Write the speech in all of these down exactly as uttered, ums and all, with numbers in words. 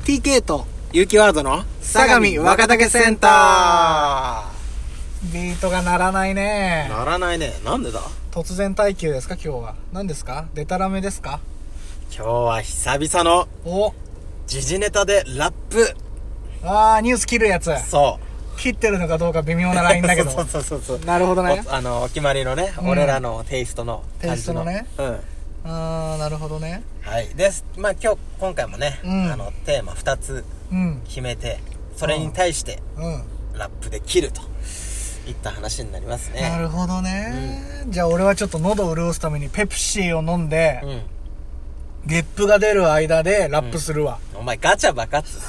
ティーケー と有機ワードの相模若竹センター。ビートが鳴らないね。 ならないね。なんでだ。 突然耐久ですか今日は。何ですか、デタラメですか。 今日は久々のお時事ネタでラップ。 あー、ニュース切るやつ。 そう切ってるのかどうか微妙なラインだけどそうそうそうそう。 なるほどね。 おあのお決まりのね、 うん俺らのテイストのテイ感じのストのね。 うん。 あー、なるほどね。 はいです。まあ今日今回もね、 うんあのテーマふたつうん決めて、それに対してうんラップで切るといった話になりますね。 なるほどね、うん、じゃあ俺はちょっと喉を潤すためにペプシーを飲んで、 うん、 ゲップが出る間でラップするわ、 うん、お前ガチャバカっつ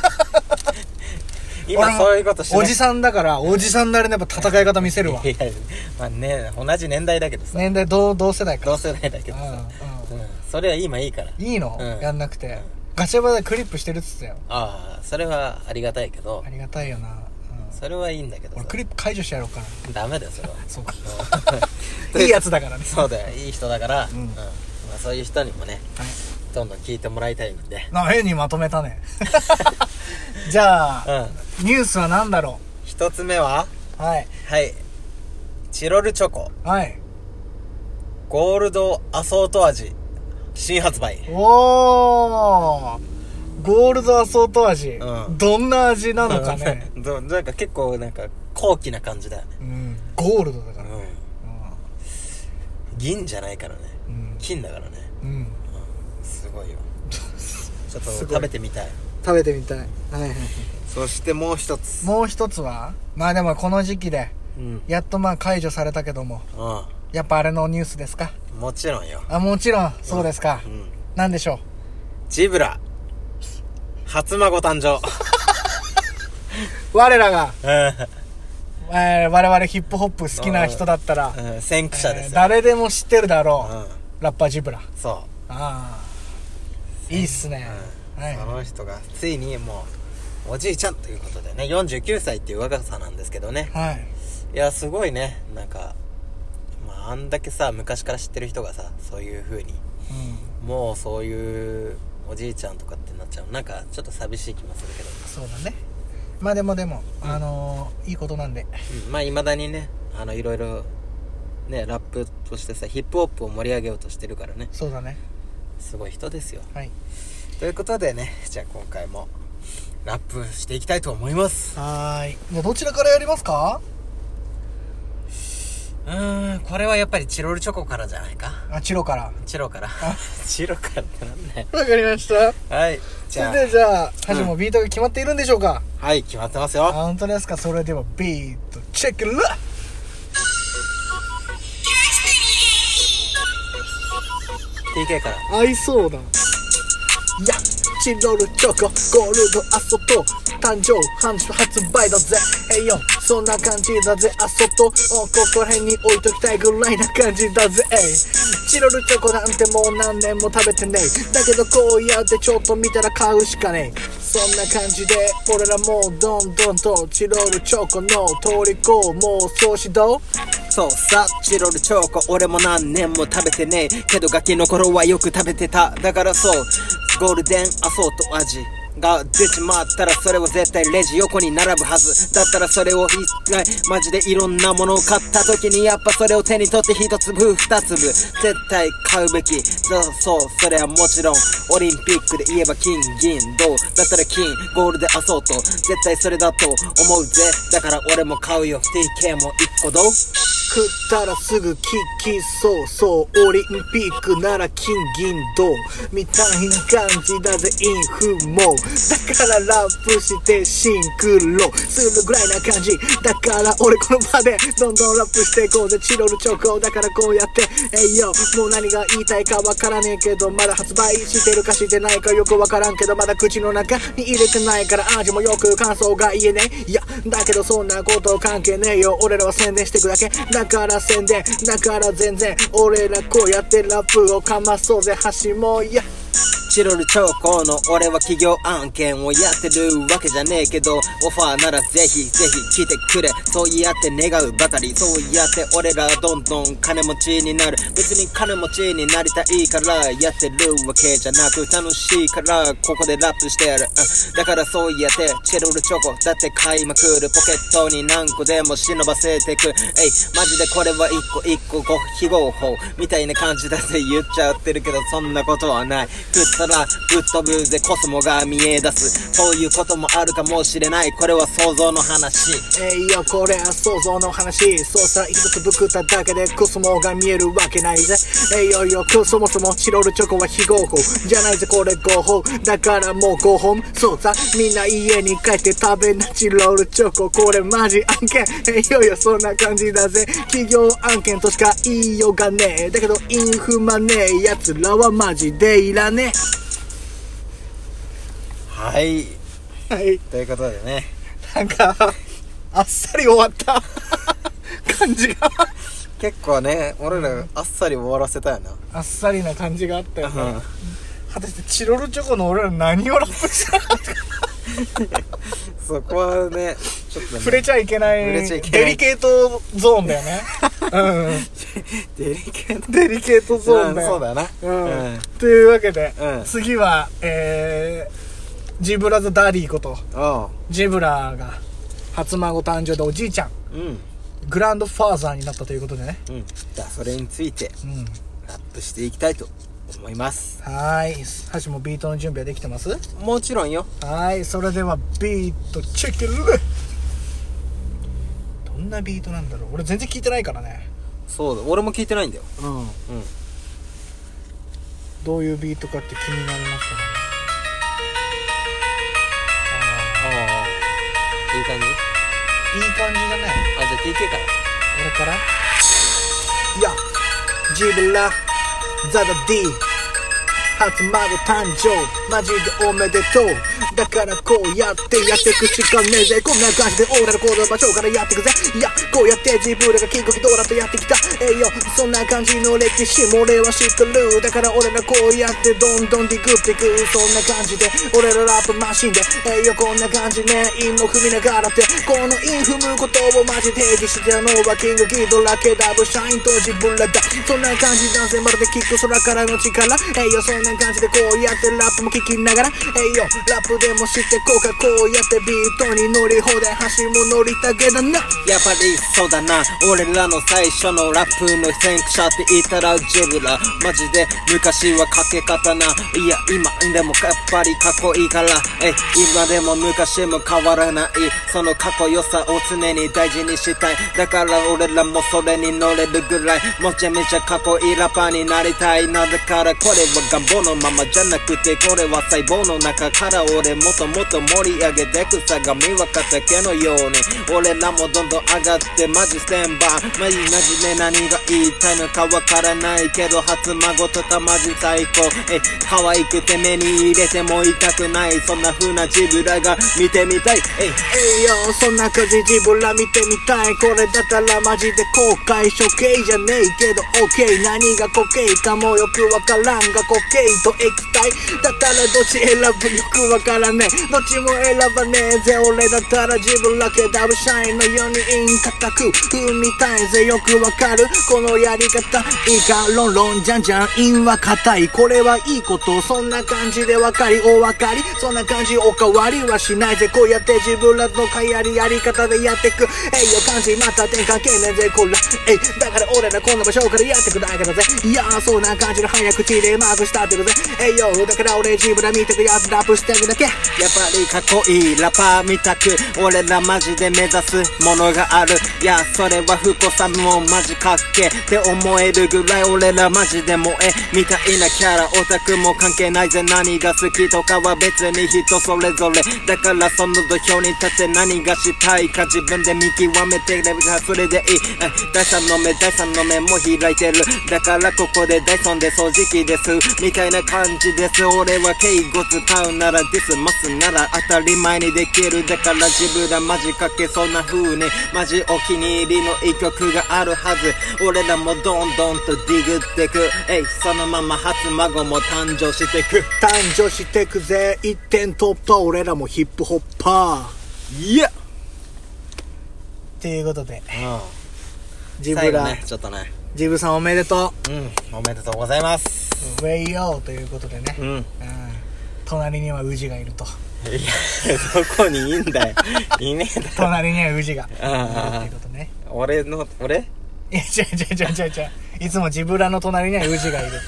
今そういうことしない。 おじさんだからおじさんなりのやっぱ戦い方見せるわ。 いやまあね、同じ年代だけどさ、 年代同同世代か。 同世代だけどさ、うんうん、それは今いいからいいの、 うん、 やんなくて、うん、ガチャバでクリップしてるっつったよ。 ああ、それはありがたいけど、 ありがたいよな、うん、 それはいいんだけどさ、 俺クリップ解除してやろうかな。 ダメだよそれはそうかいいやつだからね。 そうだよ、いい人だから、うんうん、まあ、そういう人にもね、 はい、 どんどん聞いてもらいたいんで。 な、変にまとめたねじゃあ、うん、ニュースは何だろう。一つ目は、 はいはいチロルチョコ、 はい、 ゴールドアソート味新発売。 おー、ゴールドアソート味、うん、どんな味なのかねどなんか結構なんか高貴な感じだよね、 うん、ゴールドだからね、うんうん、 銀じゃないからね、うん、金だからね、うんうん、すごいよちょっと食べてみたい。 食べてみたい。はいはいはい。 そしてもう一つ。 もう一つは、まあでもこの時期で、うん、やっとまあ解除されたけども、うん、やっぱあれのニュースですか。 もちろんよ。 あ、もちろんそうですか、うんうん、なんでしょう。 ジブラ初孫誕生我らが、えー、我々ヒップホップ好きな人だったら、 うん、先駆者です、えー、 誰でも知ってるだろう、うん、ラッパージブラ。 そう、 ああいいっすね、 うん、はい、その人がついにもうおじいちゃんということでね、よんじゅうきゅうさいっていう若さなんですけどね、はい、いやすごいね。なんか、まあ、あんだけさ昔から知ってる人がさそういう風に、うん、もうそういうおじいちゃんとかってなっちゃう、なんかちょっと寂しい気もするけど。 そうだね。まあでもでも、うん、あのー、いいことなんで、 うん、まあ未だにね、あのいろいろねラップとしてさヒップホップを盛り上げようとしてるからね。 そうだね、 すごい人ですよ。 はい。 ということでね、じゃあ今回もラップしていきたいと思います。 はーい。じゃあどちらからやりますか？ うーん、これはやっぱりチロルチョコからじゃないか。 あ、チロから。 チロから。チロからってなんだよ。 わかりました。 はい。じゃあ。 それでじゃあ、はじもビートが決まっているんでしょうか？ うん、はい、決まってますよ。 あ、本当ですか？それではビートチェックラ。 ティーケー から。 合いそうだ。いや、チロルチョコ、ゴールドアソト、誕生、発売だぜ。えいよ、そんな感じだぜ、アソト。ここら辺に置いときたいぐらいな感じだぜ。チロルチョコなんてもう何年も食べてねえ。だけどこうやってちょっと見たら買うしかねえ。そんな感じで、俺らもうどんどんとチロルチョコの虜をもうそうしどう。 そうさ、チロルチョコ俺も何年も食べてねえけどガキの頃はよく食べてた。だからそうゴールデンアソート味が出ちまったらそれは絶対レジ横に並ぶはずだったらそれを一回マジでいろんなものを買った時にやっぱそれを手に取って一粒二粒絶対買うべき。そうそう、それはもちろんオリンピックで言えば金銀銅だったら金ゴールデンアソート絶対それだと思うぜ。だから俺も買うよ ティーケー も一個どう食ったらすぐ聞きそうそうオリンピックなら金銀銅みたいな感じだぜインフもだからラップしてシンクロするぐらいな感じだから俺この場でどんどんラップしていこうぜ。チロルチョコだからこうやってえいよもう何が言いたいかわからねえけどまだ発売してるかしてないかよくわからんけどまだ口の中に入れてないから味もよく感想が言えねえ。いやだけどそんなこと関係ねえよ俺らは宣伝してくだけだから宣伝だから全然俺らこうやってラップをかまそうぜ。橋もやチロルチョコの俺は企業案件をやってるわけじゃねえけど、オファーならぜひぜひ来てくれ、そうやって願うばかり。そうやって俺らどんどん金持ちになる。別に金持ちになりたいからやってるわけじゃなく、楽しいからここでラップしてる、うん、だからそうやってチロルチョコだって買いまくる。ポケットに何個でも忍ばせてく。えいマジでこれは一個一個ご非合法みたいな感じだって言っちゃってるけど、そんなことはない。食ったらぶっ飛ぶぜコスモが見え出す。そういうこともあるかもしれない。これは想像の話。 えいよこれは想像の話。そうさ一つぶくっただけでコスモが見えるわけないぜ。えいよよくそもそもチロルチョコは非合法じゃないぜ、これ合法だからもうごほん。そうさみんな家に帰って食べなチロルチョコ、これマジ案件。えいよよそんな感じだぜ。企業案件としか言いようがねえ。だけどインフマねえやつらはマジでいらねえ。はいはいということでね、 なんかあっさり終わった感じが結構ね俺らあっさり終わらせたよな。 あっさりな感じがあったよね、 うん、 果たしてチロルチョコの俺ら何をラップしたのかそこはねちょっとね触れちゃいけない触れちゃいけないデリケートゾーンだよねうんデリケートデリケートゾーンだよ、 うん、そうだな、 うんうん、 というわけで、 うん、 次はえー、ジブラザダディことジブラが初孫誕生でおじいちゃん、 うん、 グランドファーザーになったということでね、 うん、じゃあそれについて、 うん、 ラップしていきたいと思います。 はい、ハシもビートの準備はできてます？ もちろんよ。 はい、それではビートチェック。どんなビートなんだろう、俺全然聞いてないからね。 そうだ、俺も聞いてないんだよ。 うん、うん、どういうビートかって気になりますよね。 ああ、いい感じ？ いい感じだね。 あ、じゃあ ティーケー から俺から。いやジブラザダディ初孫誕生マジでおめでとう。だからこうやってやってくしかねえぜ。こんな感じで俺らの行動場所からやってくぜ。いやこうやって自分らがキングギドラとやってきた。えいよそんな感じの歴史も俺は知ってる。だから俺らこうやってどんどんディグってく。そんな感じで俺らラップマシンでえいよこんな感じね。インも踏みながらってこのイン踏むことをマジ定義してたのはキングギドラケダブシャインと自分らだ。そんな感じだぜまるでキック空からの力。えいよそんな感じでこうやってラップも聞きながらえいよラップでもしてこうか。こうやってビートに乗り放題橋も乗りたげだな。 やっぱりそうだな。俺らの最初のラップの先駆者って言ったらジブラ。マジで昔はかけ方な。いや今でもやっぱりかっこいいから。え今でも昔も変わらない。そのかっこよさを常に大事にしたい。だから俺らもそれに乗れるぐらいもちゃめちゃかっこいいラッパーになりたいな。だからこれは願望のままじゃなくてこれは細胞の中から俺もっともっと盛り上げてく。相模若竹のように俺らもどんどん上がってマジステンバー。マジマジで何が言いたいのかわからないけど初孫とかマジ最高。え可愛くて目に入れても痛くない。そんな風なジブラが見てみたい。えいえいよそんな感じジブラ見てみたい。これだったらマジで公開処刑じゃねえけど OK。 何がコケかもよくわからんがコケと液体だったらどっち選ぶよくわからねえ。どっちも選ばねえぜ。俺だったら自分だけダブシャインのようにイン固く踏みたいぜ。よくわかるこのやり方。いいかロンロンじゃんじゃんインは硬い。これはいいことそんな感じでわかりお分かり。そんな感じおかわりはしないぜ。こうやって自分らのかやりやり方でやってく。えいよ感じまた転換けねえぜこら。えいだから俺らこんな場所からやってくだけだぜ。いやそんな感じで早口でマークしたってるぜ。えいよだから俺ジブラ見てくやつラップしてるだけ。やっぱりかっこいいラッパーみたく俺らマジで目指すものがある。いやそれはフコサムもマジかっけって思えるぐらい俺らマジで萌えみたいなキャラ。オタクも関係ないぜ。何が好きとかは別に人それぞれだからその土俵に立って何がしたいか自分で見極めてればそれでいい。第三の目第三の目も開いてる。だからここでダイソンで掃除機ですみたいな感じです。俺は敬語使うならディスマすなら当たり前にできる。だから自分らマジかけそんな風にマジお気に入りの一曲があるはず。俺らもどんどんとディグってく。えいそのまま初孫も誕生してく。 誕生してくぜ一点突破。俺らもヒップホッパー。 いやっていうことで、 うん、 ジブラ、 ね、ちょっとね、 ジブさんおめでとう。うん、おめでとうございます。 ウェイヨーということでね、 うん、うん、 隣にはウジがいると。 いや、どこにいいんだよ。いねえだろ。 隣にはウジがいるあっていうことね。 俺の、俺いや、違う違う違う違う違う。いつもジブラの隣にはウジがいるという。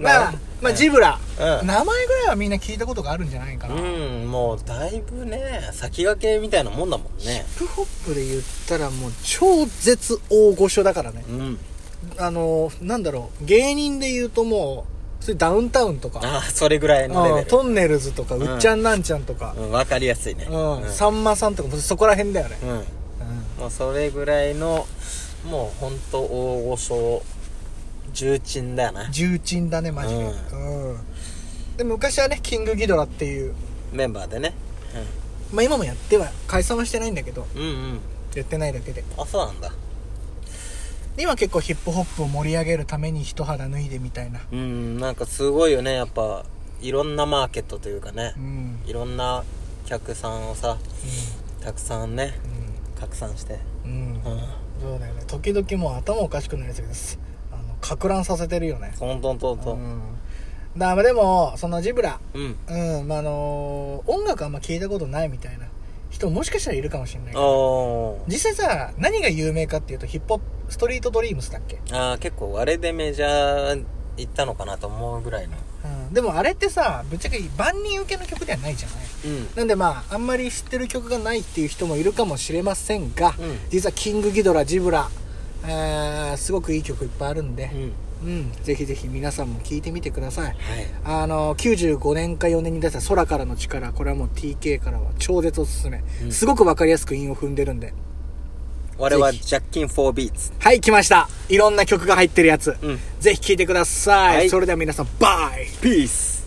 まあ、まあ、ジブラ、うん、名前ぐらいはみんな聞いたことがあるんじゃないかな。 うん、もうだいぶね、先駆けみたいなもんだもんね。 ヒップホップで言ったらもう超絶大御所だからね。 うん。 あの、なんだろう、芸人で言うともう、それダウンタウンとか。 ああ、それぐらいのレベル。 トンネルズとか、うっちゃんなんちゃんとか。 うん、わ、うん、かりやすいね。 うん。うん、さんまさんとか、そこら辺だよね。うん。うん、 もうそれぐらいの、もうほんと大御所、重鎮だよな。 重鎮だね、マジで。うん。うん、で、昔はね、キングギドラっていう。 メンバーでね。 うん。まあ今もやっては、解散はしてないんだけど。 うんうん。 やってないだけで。 あ、そうなんだ。 今結構ヒップホップを盛り上げるために一肌脱いでみたいな。 うん、なんかすごいよね、やっぱいろんなマーケットというかね、うん、いろんな客さんをさ、うん、たくさんね、うん、拡散して、うん、うん、 そうだよね。時々もう頭おかしくなりそうです。あのか乱させてるよね。 トントントントン。うん、 だでもそのジブラ、 うん、 うん、まあ、あのー、音楽あんま聞いたことないみたいな人もしかしたらいるかもしれないけど、 実際さ何が有名かっていうとヒップホップストリートドリームスだっけ。 ああ、結構あれでメジャー行ったのかなと思うぐらいの、 うん、でもあれってさぶっちゃけ万人受けの曲ではないじゃない、うん、なんでまああんまり知ってる曲がないっていう人もいるかもしれませんが、うん、実はキングギドラ、ジブラ、えー、すごくいい曲いっぱいあるんで、うんうん、ぜひぜひ皆さんも聴いてみてください、はい、あのきゅうじゅうごねんかよねんに出た空からの力、これはもう ティーケー からは超絶おすすめ、うん、すごく分かりやすく韻を踏んでるんで。 我はジャッキンフォービーツ。 はい、来ました。いろんな曲が入ってるやつ、うん、ぜひ聴いてください、はい、それでは皆さんバイピース。